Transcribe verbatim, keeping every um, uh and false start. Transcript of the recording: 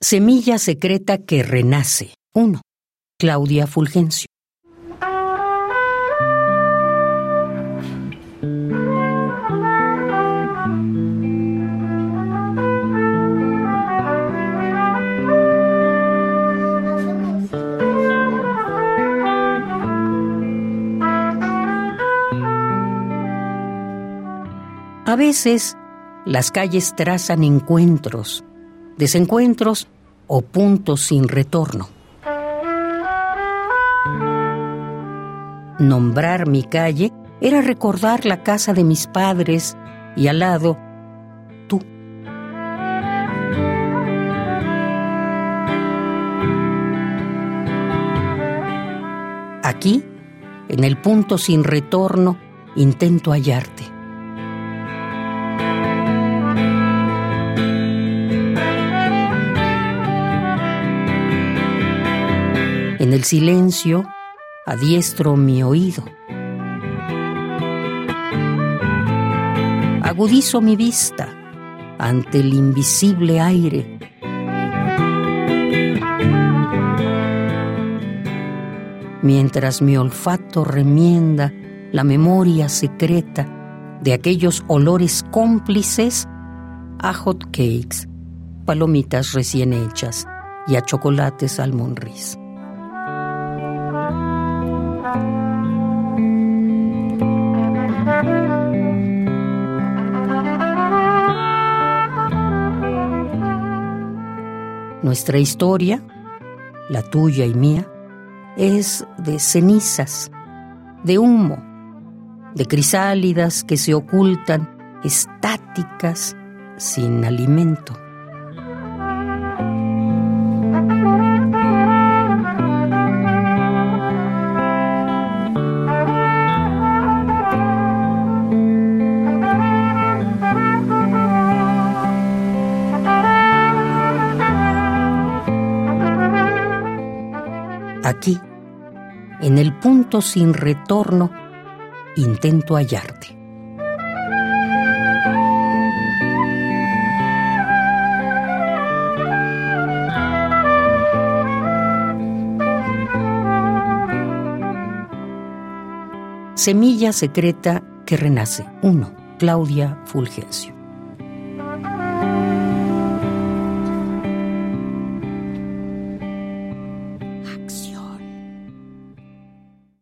Semilla secreta que renace. uno. Claudia Fulgencio. A veces, las calles trazan encuentros, desencuentros o puntos sin retorno. Nombrar mi calle era recordar la casa de mis padres y al lado, tú. Aquí, en el punto sin retorno, intento hallarte. En el silencio, adiestro mi oído. Agudizo mi vista ante el invisible aire. Mientras mi olfato remienda la memoria secreta de aquellos olores cómplices a hot cakes, palomitas recién hechas y a chocolates almondriz. Nuestra historia, la tuya y mía, es de cenizas, de humo, de crisálidas que se ocultan estáticas, sin alimento. Aquí, en el punto sin retorno, intento hallarte. Semilla secreta que renace. uno. Claudia Fulgencio.